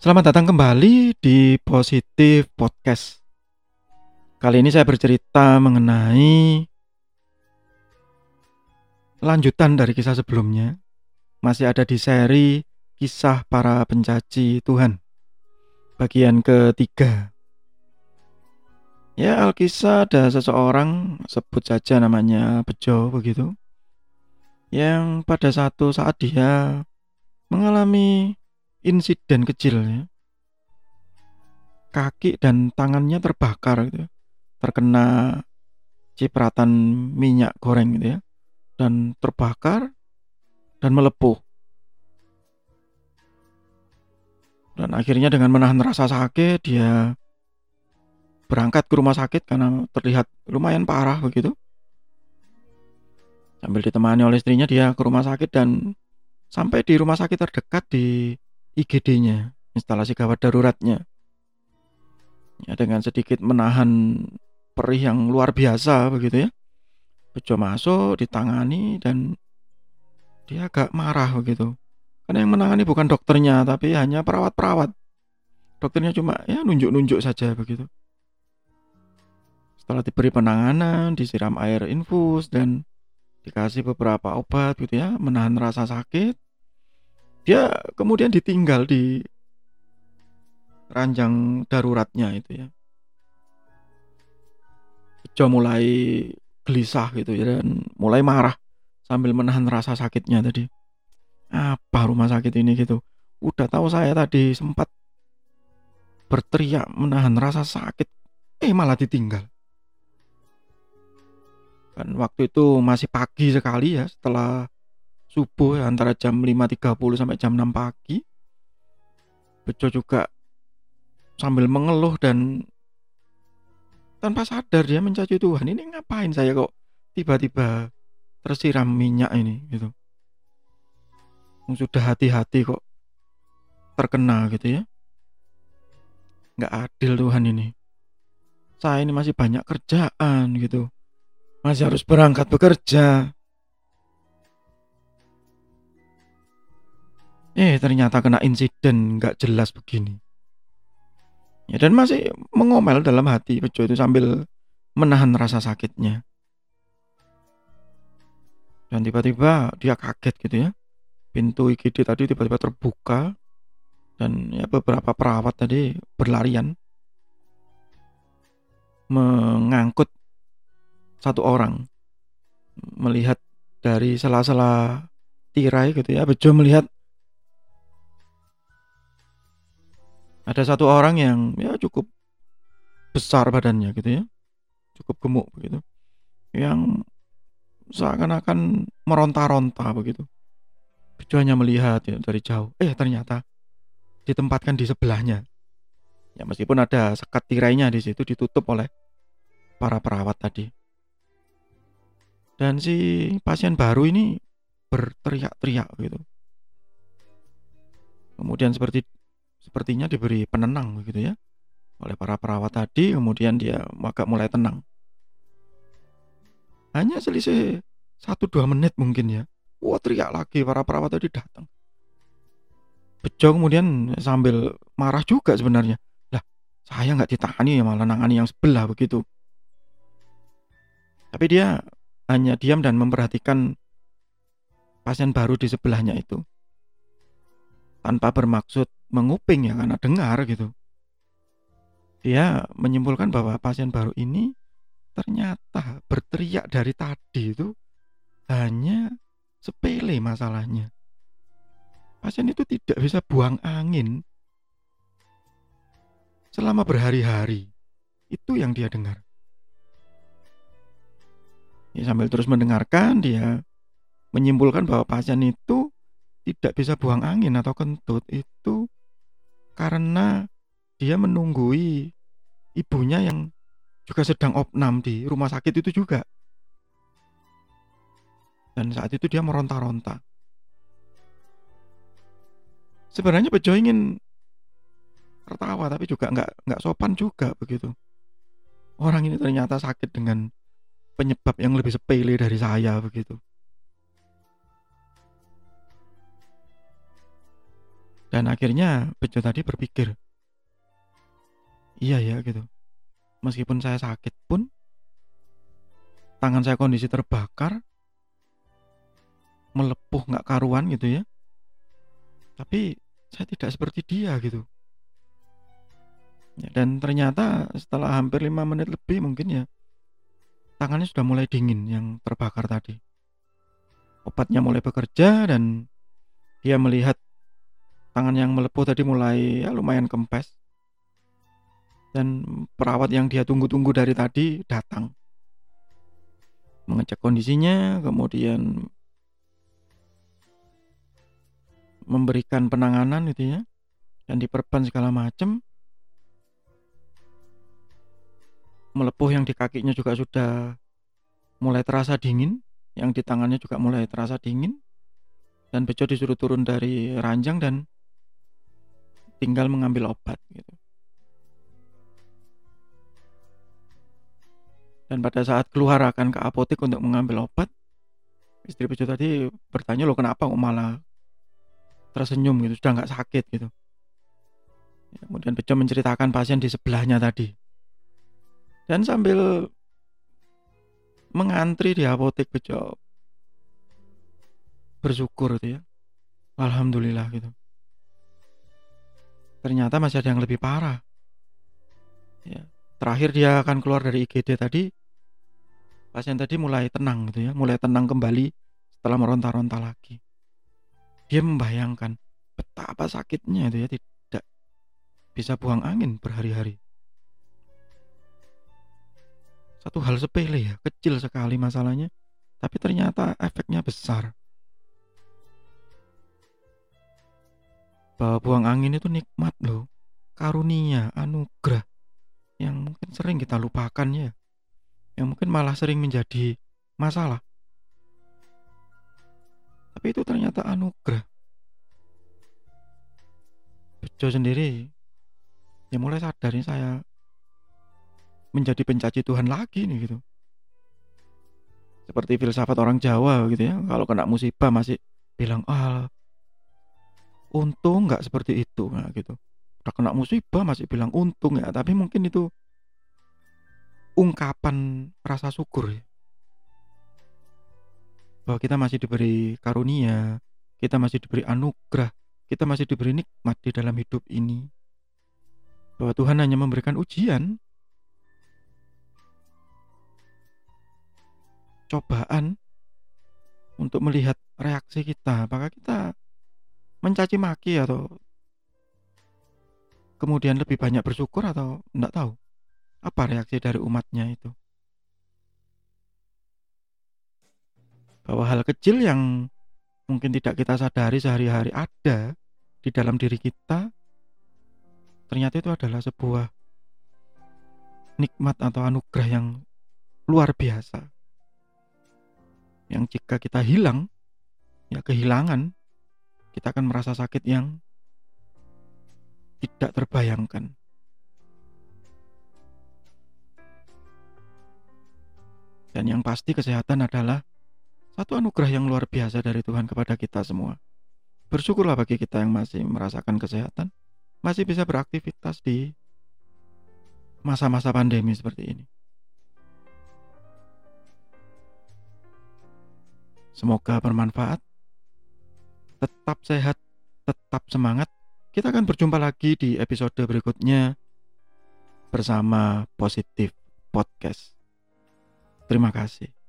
Selamat datang kembali di Positif Podcast. Kali ini saya bercerita mengenai lanjutan dari kisah sebelumnya. Masih ada di seri Kisah Para Pencaci Tuhan, bagian ketiga. Ya, Alkisah ada seseorang, sebut saja namanya Bejo begitu, yang pada satu saat dia mengalami insiden kecil ya. Kaki dan tangannya terbakar gitu, terkena cipratan minyak goreng gitu ya, dan terbakar dan melepuh. Dan akhirnya dengan menahan rasa sakit dia berangkat ke rumah sakit karena terlihat lumayan parah begitu. Sambil ditemani oleh istrinya dia ke rumah sakit dan sampai di rumah sakit terdekat di IGD-nya, instalasi gawat daruratnya. Ya, dengan sedikit menahan perih yang luar biasa begitu ya. Bejo masuk, ditangani dan dia agak marah begitu. Karena yang menangani bukan dokternya tapi hanya perawat-perawat. Dokternya cuma ya nunjuk-nunjuk saja begitu. Setelah diberi penanganan, disiram air infus dan dikasih beberapa obat gitu ya, menahan rasa sakit. Dia kemudian ditinggal di ranjang daruratnya itu ya. Bejo mulai gelisah gitu ya dan mulai marah sambil menahan rasa sakitnya tadi. Apa rumah sakit ini gitu. Udah tahu saya tadi sempat berteriak menahan rasa sakit, malah ditinggal. Dan waktu itu masih pagi sekali ya, setelah subuh ya, antara jam 5.30 sampai jam 6 pagi. Bejo juga sambil mengeluh dan tanpa sadar dia mencaci Tuhan. Ini ngapain saya kok tiba-tiba tersiram minyak ini gitu. Sudah hati-hati kok terkena gitu ya. Nggak adil Tuhan ini. Saya ini masih banyak kerjaan gitu. Masih harus berangkat bekerja. Ternyata kena insiden nggak jelas begini. Ya, dan masih mengomel dalam hati Bejo itu sambil menahan rasa sakitnya. Dan tiba-tiba dia kaget gitu ya. Pintu IGD tadi tiba-tiba terbuka dan ya beberapa perawat tadi berlarian mengangkut satu orang. Melihat dari sela-sela tirai gitu ya, Bejo melihat ada satu orang yang ya cukup besar badannya gitu ya, cukup gemuk begitu, yang seakan-akan meronta-ronta begitu. Bejo hanya melihat ya dari jauh. Ternyata ditempatkan di sebelahnya. Ya meskipun ada sekat tirainya di situ ditutup oleh para perawat tadi. Dan si pasien baru ini berteriak-teriak gitu. Kemudian sepertinya diberi penenang begitu ya oleh para perawat tadi, kemudian dia agak mulai tenang. Hanya selisih 1-2 menit mungkin ya. Wah, teriak lagi, para perawat tadi datang. Bejo kemudian sambil marah juga sebenarnya. Lah, saya nggak ditangani ya malah nangani yang sebelah begitu. Tapi dia hanya diam dan memperhatikan pasien baru di sebelahnya itu. Tanpa bermaksud menguping ya, karena dengar gitu. Dia menyimpulkan bahwa pasien baru ini ternyata berteriak dari tadi itu hanya sepele masalahnya. Pasien itu tidak bisa buang angin selama berhari-hari. Itu yang dia dengar. Ya, sambil terus mendengarkan, dia menyimpulkan bahwa pasien itu tidak bisa buang angin atau kentut itu karena dia menunggui ibunya yang juga sedang opnam di rumah sakit itu juga. Dan saat itu dia meronta-ronta. Sebenarnya Bejo ingin tertawa tapi juga nggak sopan juga begitu. Orang ini ternyata sakit dengan penyebab yang lebih sepele dari saya begitu. Dan akhirnya Bejo tadi berpikir, iya ya gitu. Meskipun saya sakit pun, tangan saya kondisi terbakar, melepuh gak karuan gitu ya, tapi saya tidak seperti dia gitu. Dan ternyata setelah hampir 5 menit lebih mungkin ya, tangannya sudah mulai dingin yang terbakar tadi. Obatnya mulai bekerja dan dia melihat tangan yang melepuh tadi mulai ya lumayan kempes. Dan perawat yang dia tunggu-tunggu dari tadi datang, mengecek kondisinya, kemudian memberikan penanganan gitu ya, dan diperban segala macam. Melepuh yang di kakinya juga sudah mulai terasa dingin, yang di tangannya juga mulai terasa dingin. Dan Bejo disuruh turun dari ranjang dan tinggal mengambil obat gitu. Dan pada saat keluar akan ke apotek untuk mengambil obat, istri Bejo tadi bertanya, loh kenapa kok malah tersenyum gitu, sudah nggak sakit gitu. Kemudian Bejo menceritakan pasien di sebelahnya tadi. Dan sambil mengantri di apotek, Bejo bersyukur gitu ya, alhamdulillah gitu. Ternyata masih ada yang lebih parah ya. Terakhir dia akan keluar dari IGD tadi, pasien tadi mulai tenang gitu ya, mulai tenang kembali setelah meronta-ronta lagi. Dia membayangkan betapa sakitnya itu ya, tidak bisa buang angin berhari-hari. Satu hal sepele ya, kecil sekali masalahnya, tapi ternyata efeknya besar. Bahwa buang angin itu nikmat loh, karunia, anugerah yang mungkin sering kita lupakan ya, yang mungkin malah sering menjadi masalah. Tapi itu ternyata anugerah. Bejo sendiri ya mulai sadar ini saya menjadi pencaci Tuhan lagi nih gitu. Seperti filsafat orang Jawa gitu ya, kalau kena musibah masih bilang untung nggak seperti itu, nah gitu. Udah kena musibah masih bilang untung ya, tapi mungkin itu ungkapan rasa syukur ya, bahwa kita masih diberi karunia, kita masih diberi anugerah, kita masih diberi nikmat di dalam hidup ini, bahwa Tuhan hanya memberikan ujian, cobaan untuk melihat reaksi kita, apakah kita mencaci maki atau kemudian lebih banyak bersyukur atau enggak tahu apa reaksi dari umatnya itu. Bahwa hal kecil yang mungkin tidak kita sadari sehari-hari ada di dalam diri kita, ternyata itu adalah sebuah nikmat atau anugerah yang luar biasa, yang jika kita hilang, ya kehilangan, kita akan merasa sakit yang tidak terbayangkan. Dan yang pasti kesehatan adalah satu anugerah yang luar biasa dari Tuhan kepada kita semua. Bersyukurlah bagi kita yang masih merasakan kesehatan, masih bisa beraktivitas di masa-masa pandemi seperti ini. Semoga bermanfaat. Tetap sehat, tetap semangat. Kita akan berjumpa lagi di episode berikutnya bersama Positif Podcast. Terima kasih.